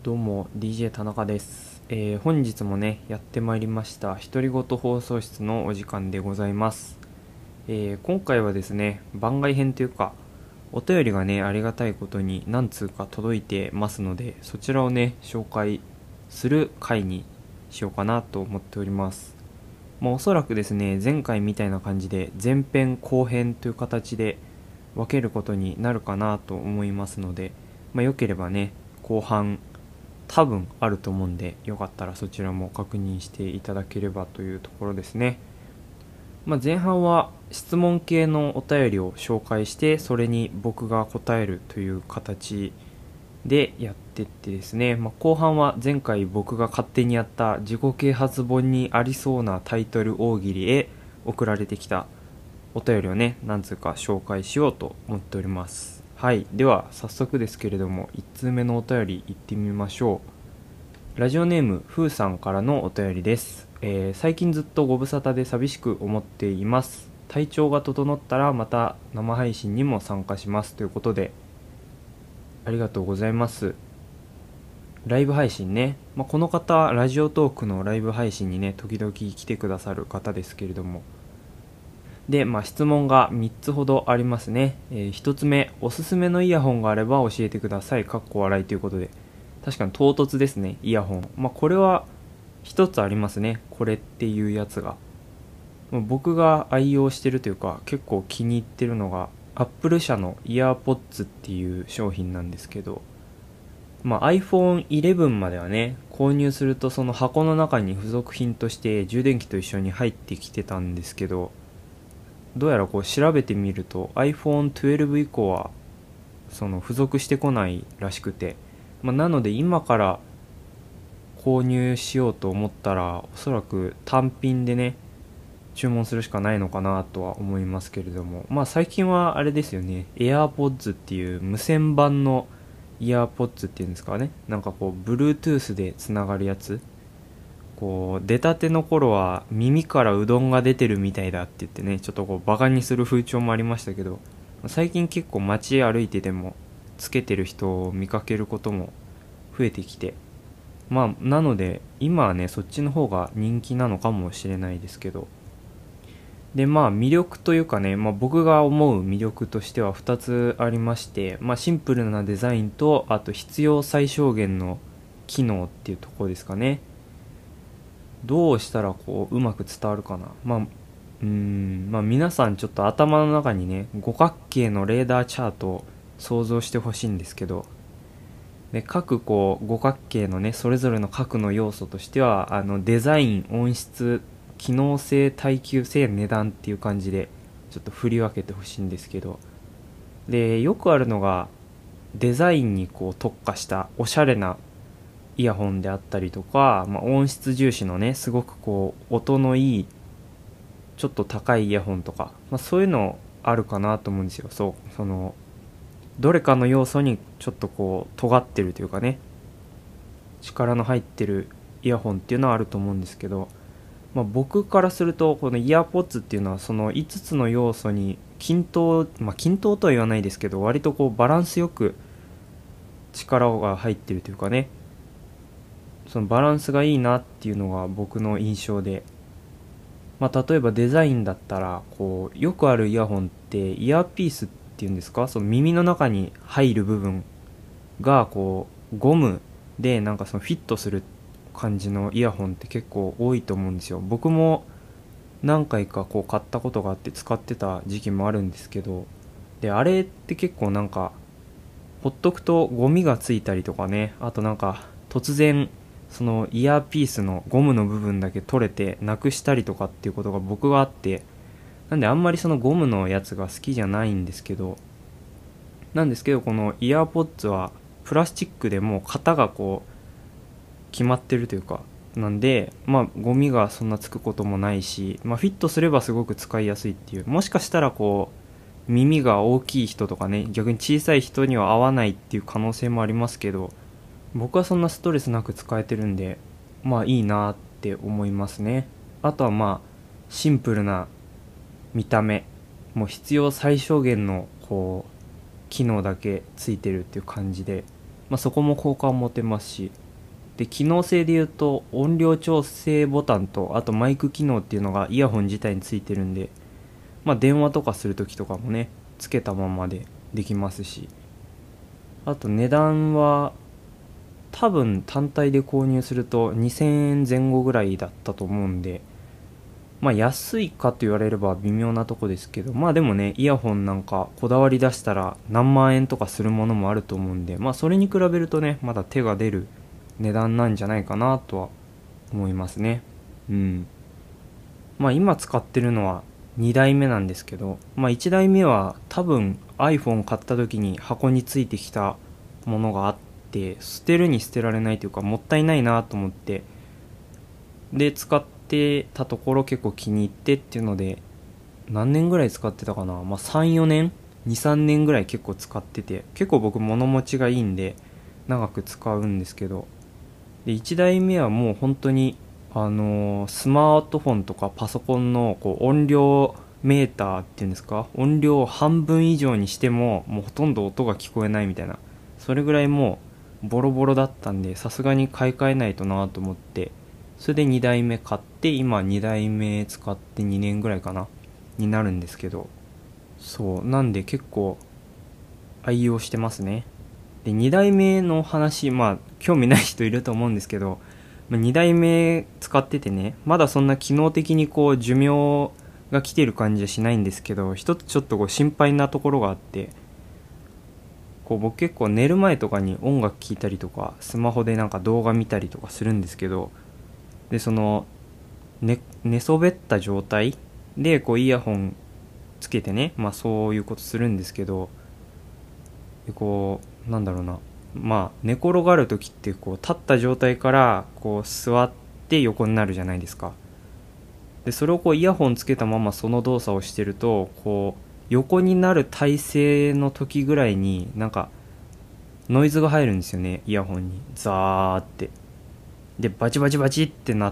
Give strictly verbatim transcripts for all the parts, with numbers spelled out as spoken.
どうも ディージェー 田中です、えー本日もねやってまいりました独り言放送室のお時間でございます、えー今回はですね番外編というかお便りがねありがたいことに何通か届いてますので、そちらをね紹介する回にしようかなと思っております。まあ、おそらくですね前回みたいな感じで前編後編という形で分けることになるかなと思いますので、まあ、よければね後半多分あると思うんで、よかったらそちらも確認していただければというところですね。まあ、前半は質問系のお便りを紹介して、それに僕が答えるという形でやってってですね、まあ、後半は前回僕が勝手にやった自己啓発本にありそうなタイトル大喜利へ送られてきたお便りをね何通か紹介しようと思っております。はい、では早速ですけれどもいち通目のお便りいってみましょう。ラジオネームふーさんからのお便りです。えー最近ずっとご無沙汰で寂しく思っています。体調が整ったらまた生配信にも参加しますということで、ありがとうございます。ライブ配信ね、まあ、この方ラジオトークのライブ配信にね時々来てくださる方ですけれども、で、まあ、質問がみっつほどありますね。えー、ひとつめ、おすすめのイヤホンがあれば教えてください。かっこ笑いということで。確かに唐突ですね、イヤホン。まあ、これはひとつありますね。これっていうやつが。まあ僕が愛用してるというか、結構気に入ってるのが、Apple 社の EarPods っていう商品なんですけど、まあ、アイフォンイレブン まではね、購入するとその箱の中に付属品として充電器と一緒に入ってきてたんですけど、どうやらこう調べてみると アイフォントゥエルブ 以降はその付属してこないらしくて、まあ、なので今から購入しようと思ったらおそらく単品でね注文するしかないのかなとは思いますけれども、まあ最近はあれですよね、 AirPods っていう無線版のイヤーポッツっていうんですかね、なんかこう Bluetooth でつながるやつ、こう出たての頃は耳からうどんが出てるみたいだって言ってねちょっとこうバカにする風潮もありましたけど、最近結構街歩いててもつけてる人を見かけることも増えてきて、まあなので今はねそっちの方が人気なのかもしれないですけど、でまあ魅力というかね、まあ、僕が思う魅力としてはふたつありまして、まあ、シンプルなデザインとあと必要最小限の機能っていうところですかね。どうしたらこううまく伝わるかな。まあうーんまあ皆さんちょっと頭の中にね五角形のレーダーチャートを想像してほしいんですけど、で各こう五角形のねそれぞれの角の要素としてはあのデザイン、音質、機能性、耐久性、値段っていう感じでちょっと振り分けてほしいんですけど、でよくあるのがデザインにこう特化したおしゃれなイヤホンであったりとか、まあ、音質重視のねすごくこう音のいいちょっと高いイヤホンとか、まあ、そういうのあるかなと思うんですよ。そうそのどれかの要素にちょっとこう尖ってるというかね、力の入ってるイヤホンっていうのはあると思うんですけど、まあ、僕からするとこのイヤーポッツっていうのはそのいつつの要素に均等、まあ、均等とは言わないですけど割とこうバランスよく力が入ってるというかね、そのバランスがいいなっていうのが僕の印象で、まあ、例えばデザインだったらこうよくあるイヤホンってイヤーピースっていうんですか、その耳の中に入る部分がこうゴムでなんかそのフィットする感じのイヤホンって結構多いと思うんですよ。僕も何回かこう買ったことがあって使ってた時期もあるんですけど、であれって結構なんかほっとくとゴミがついたりとかね、あとなんか突然そのイヤーピースのゴムの部分だけ取れてなくしたりとかっていうことが僕はあって、なんであんまりそのゴムのやつが好きじゃないんですけど、なんですけどこのイヤーポッツはプラスチックでもう型がこう決まってるというか、なんでまあゴミがそんなつくこともないし、まあ、フィットすればすごく使いやすいっていう、もしかしたらこう耳が大きい人とかね逆に小さい人には合わないっていう可能性もありますけど、僕はそんなストレスなく使えてるんでまあいいなって思いますね。あとはまあシンプルな見た目、もう必要最小限のこう機能だけついてるっていう感じで、ままあ、そこも好感を持てますし、で機能性で言うと音量調整ボタンとあとマイク機能っていうのがイヤホン自体についてるんで、まあ、電話とかするときとかもねつけたままでできますし、あと値段は多分単体で購入するとにせんえんぜん後ぐらいだったと思うんで、まあ安いかと言われれば微妙なとこですけど、まあでもねイヤホンなんかこだわり出したら何万円とかするものもあると思うんで、まあそれに比べるとねまだ手が出る値段なんじゃないかなとは思いますね。うん。まあ今使ってるのはにだいめなんですけど、まあいちだいめは多分 iPhone 買った時に箱についてきたものがあって、捨てるに捨てられないというかもったいないなと思って、で使ってたところ結構気に入ってっていうので、何年ぐらい使ってたかな、まあさん、よねん に、さんねんぐらい結構使ってて、結構僕物持ちがいいんで長く使うんですけど、でいちだいめはもう本当にあのースマートフォンとかパソコンのこう音量メーターっていうんですか、音量を半分以上にしてももうほとんど音が聞こえないみたいな、それぐらいもうボロボロだったんで、さすがに買い替えないとなと思って、それでにだいめ買って、今にだいめ使ってにねんぐらいかなになるんですけど、そうなんで結構愛用してますね。でにだいめの話、まあ興味ない人いると思うんですけど、まあにだいめ使っててね、まだそんな機能的にこう寿命が来てる感じはしないんですけど、一つちょっとこう心配なところがあって、こう僕結構寝る前とかに音楽聴いたりとかスマホでなんか動画見たりとかするんですけど、でその寝寝そべった状態でこうイヤホンつけてね、まあそういうことするんですけど、でこうなんだろうな、まあ寝転がる時ってこう立った状態からこう座って横になるじゃないですか。でそれをこうイヤホンつけたままその動作をしてると、こう横になる体勢の時ぐらいになんかノイズが入るんですよね、イヤホンにザーって。でバチバチバチってなって、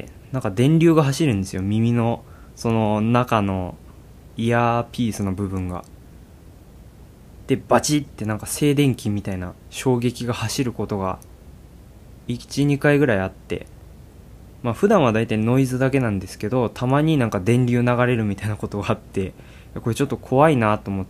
なんか電流が走るんですよ、耳のその中のイヤーピースの部分が。でバチってなんか静電気みたいな衝撃が走ることがいち、にかいぐらいあって、まあ普段はだいたいノイズだけなんですけど、たまになんか電流流れるみたいなことがあって、これちょっと怖いなと思って、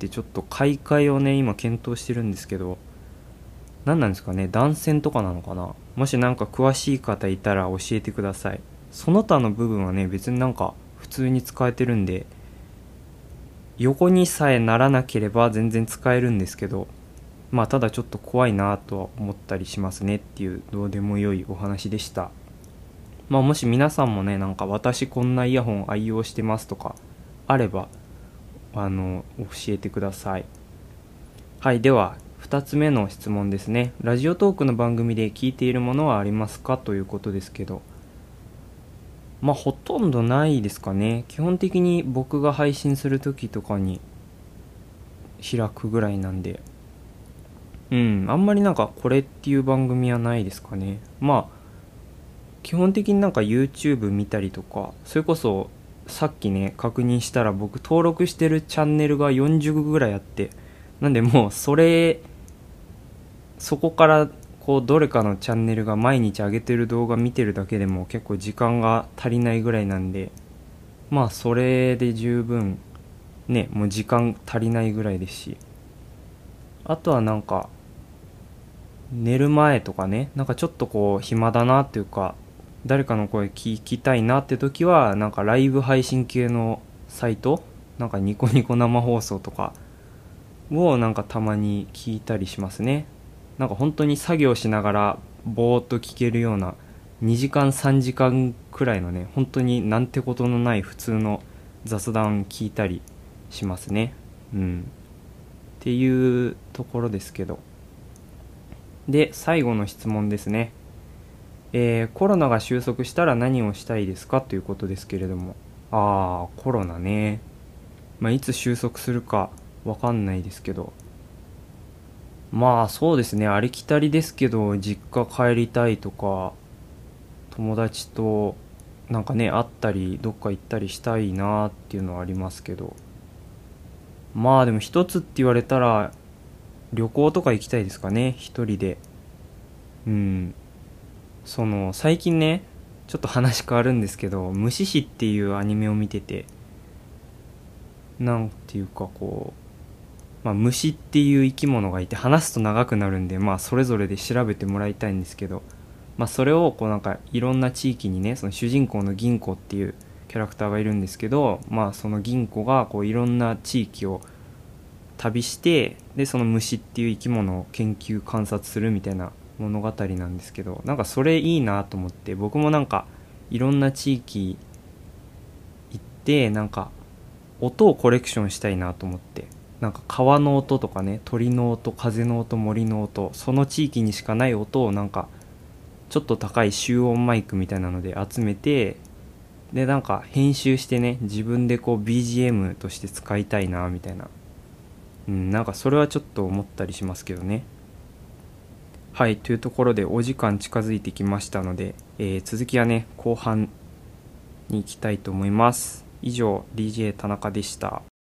ちょっと買い替えをね今検討してるんですけど、何なんですかね、断線とかなのかな。もしなんか詳しい方いたら教えてください。その他の部分はね別になんか普通に使えてるんで、横にさえならなければ全然使えるんですけど、まあただちょっと怖いなとは思ったりしますねっていうどうでもよいお話でした。まあもし皆さんもねなんか私こんなイヤホン愛用してますとかあればあの教えてください。はい、ではふたつめの質問ですね。ラジオトークの番組で聞いているものはありますかということですけど、まあほとんどないですかね。基本的に僕が配信する時とかに開くぐらいなんで、うんあんまりなんかこれっていう番組はないですかね。まあ基本的になんか YouTube 見たりとか、それこそさっきね確認したら僕登録してるチャンネルがよんじゅうぐらいあって、なんでもうそれそこからこうどれかのチャンネルが毎日上げてる動画見てるだけでも結構時間が足りないぐらいなんで、まあそれで十分ね、もう時間足りないぐらいですし、あとはなんか寝る前とかね、なんかちょっとこう暇だなっていうか誰かの声聞きたいなって時はなんかライブ配信系のサイト、なんかニコニコ生放送とかをなんかたまに聞いたりしますね。なんか本当に作業しながらぼーっと聞けるようなにじかんさんじかんくらいのね、本当になんてことのない普通の雑談聞いたりしますね。うんっていうところですけど、で最後の質問ですね。えー、コロナが収束したら何をしたいですかということですけれども、ああコロナね、まあ、いつ収束するかわかんないですけど、まあそうですね、ありきたりですけど実家帰りたいとか、友達となんかね会ったりどっか行ったりしたいなっていうのはありますけど、まあでも一つって言われたら旅行とか行きたいですかね、一人で。うん。その、最近ね、ちょっと話変わるんですけど、虫師っていうアニメを見てて、なんていうかこう、まあ、虫っていう生き物がいて、話すと長くなるんで、まあ、それぞれで調べてもらいたいんですけど、まあ、それをこうなんかいろんな地域にね、その主人公の銀子っていうキャラクターがいるんですけど、まあ、その銀子がこういろんな地域を旅して、でその虫っていう生き物を研究観察するみたいな物語なんですけど、なんかそれいいなと思って、僕もなんかいろんな地域行って、なんか音をコレクションしたいなと思って、なんか川の音とかね、鳥の音、風の音、森の音、その地域にしかない音をなんかちょっと高い集音マイクみたいなので集めて、でなんか編集してね、自分でこう ビージーエム として使いたいなみたいな。うん、なんかそれはちょっと思ったりしますけどね。はい、というところでお時間近づいてきましたので、えー続きはね後半に行きたいと思います。以上 ディージェー 田中でした。